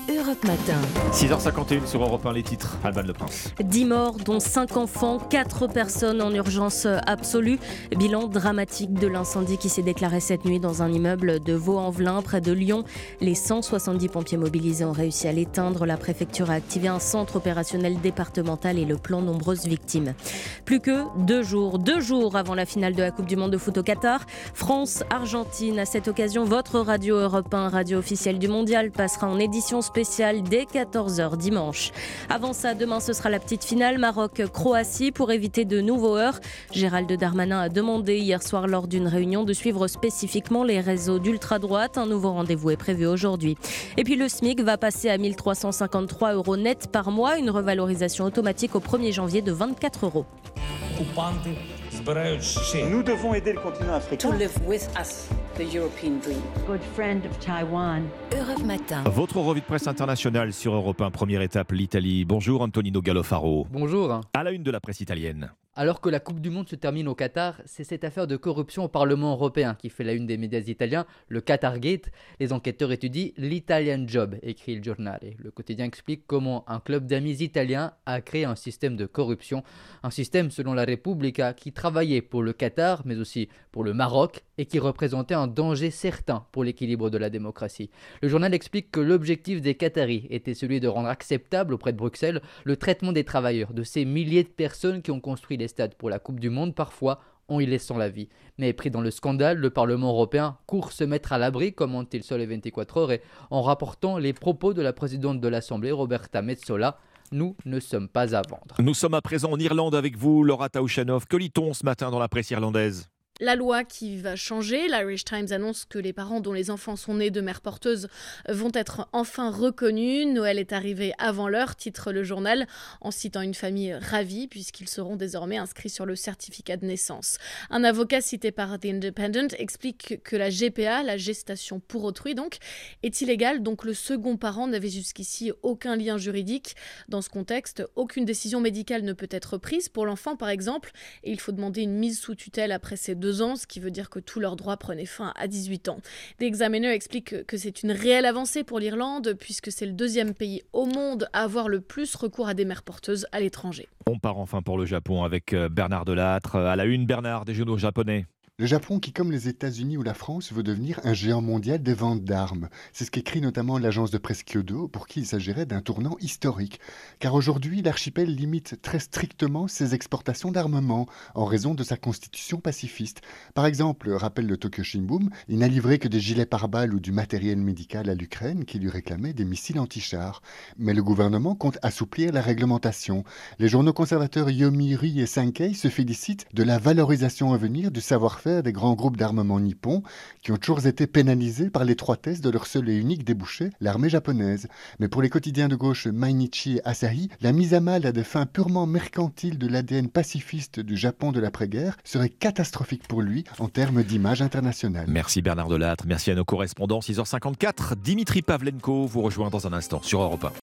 Europe Matin. 6h51 sur Europe 1, les titres. Alban Le Prince. 10 morts, dont 5 enfants, 4 personnes en urgence absolue. Bilan dramatique de l'incendie qui s'est déclaré cette nuit dans un immeuble de Vaux-en-Velin, près de Lyon. Les 170 pompiers mobilisés ont réussi à l'éteindre. La préfecture a activé un centre opérationnel départemental et le plan nombreuses victimes. Plus que 2 jours avant la finale de la Coupe du Monde de foot au Qatar. France-Argentine. À cette occasion, votre radio Europe 1, radio officielle du Mondial, passera en édition spéciale dès 14h dimanche. Avant ça, demain, ce sera la petite finale Maroc-Croatie. Pour éviter de nouveaux heurts, Gérald Darmanin a demandé hier soir lors d'une réunion de suivre spécifiquement les réseaux d'ultra-droite. Un nouveau rendez-vous est prévu aujourd'hui. Et puis le SMIC va passer à 1 353 € net par mois, une revalorisation automatique au 1er janvier de 24 €. Nous devons aider le continent africain. To live with us, the European dream. Good friend of Taiwan. Europe Matin. Votre revue de presse internationale sur Europe 1, première étape, l'Italie. Bonjour Antonino Gallofaro. Bonjour. À la une de la presse italienne. Alors que la Coupe du Monde se termine au Qatar, c'est cette affaire de corruption au Parlement européen qui fait la une des médias italiens, le Qatargate. Les enquêteurs étudient l'Italian Job, écrit il Giornale. Le quotidien explique comment un club d'amis italiens a créé un système de corruption, un système selon la Repubblica qui travaillait pour le Qatar, mais aussi pour le Maroc, et qui représentait un danger certain pour l'équilibre de la démocratie. Le journal explique que l'objectif des Qataris était celui de rendre acceptable auprès de Bruxelles le traitement des travailleurs, de ces milliers de personnes qui ont construit les stades pour la Coupe du Monde, parfois en y laissant la vie. Mais pris dans le scandale, le Parlement européen court se mettre à l'abri, commente-t-il sur les 24 heures, et en rapportant les propos de la présidente de l'Assemblée, Roberta Metsola. Nous ne sommes pas à vendre. Nous sommes à présent en Irlande avec vous, Laura Taouchanov. Que lit-on ce matin dans la presse irlandaise ? La loi qui va changer, l'Irish Times annonce que les parents dont les enfants sont nés de mères porteuses vont être enfin reconnus. Noël est arrivé avant l'heure, titre le journal, en citant une famille ravie puisqu'ils seront désormais inscrits sur le certificat de naissance. Un avocat cité par The Independent explique que la GPA, la gestation pour autrui donc, est illégale, donc le second parent n'avait jusqu'ici aucun lien juridique. Dans ce contexte, aucune décision médicale ne peut être prise pour l'enfant par exemple, et il faut demander une mise sous tutelle après ces 2 ans, ce qui veut dire que tous leurs droits prenaient fin à 18 ans. The Examiner explique que c'est une réelle avancée pour l'Irlande, puisque c'est le 2e pays au monde à avoir le plus recours à des mères porteuses à l'étranger. On part enfin pour le Japon avec Bernard Delattre. À la une, Bernard, des journaux japonais. Le Japon qui, comme les États-Unis ou la France, veut devenir un géant mondial des ventes d'armes. C'est ce qu'écrit notamment l'agence de presse Kyodo, pour qui il s'agirait d'un tournant historique. Car aujourd'hui, l'archipel limite très strictement ses exportations d'armement, en raison de sa constitution pacifiste. Par exemple, rappelle le Tokyo Shimbun, il n'a livré que des gilets pare-balles ou du matériel médical à l'Ukraine qui lui réclamait des missiles anti-chars. Mais le gouvernement compte assouplir la réglementation. Les journaux conservateurs Yomiuri et Sankei se félicitent de la valorisation à venir du savoir-faire des grands groupes d'armement nippons qui ont toujours été pénalisés par l'étroitesse de leur seul et unique débouché, l'armée japonaise. Mais pour les quotidiens de gauche Mainichi et Asahi, la mise à mal à des fins purement mercantiles de l'ADN pacifiste du Japon de l'après-guerre serait catastrophique pour lui en termes d'image internationale. Merci Bernard Delattre, merci à nos correspondants. 6h54, Dimitri Pavlenko vous rejoint dans un instant sur Europe 1.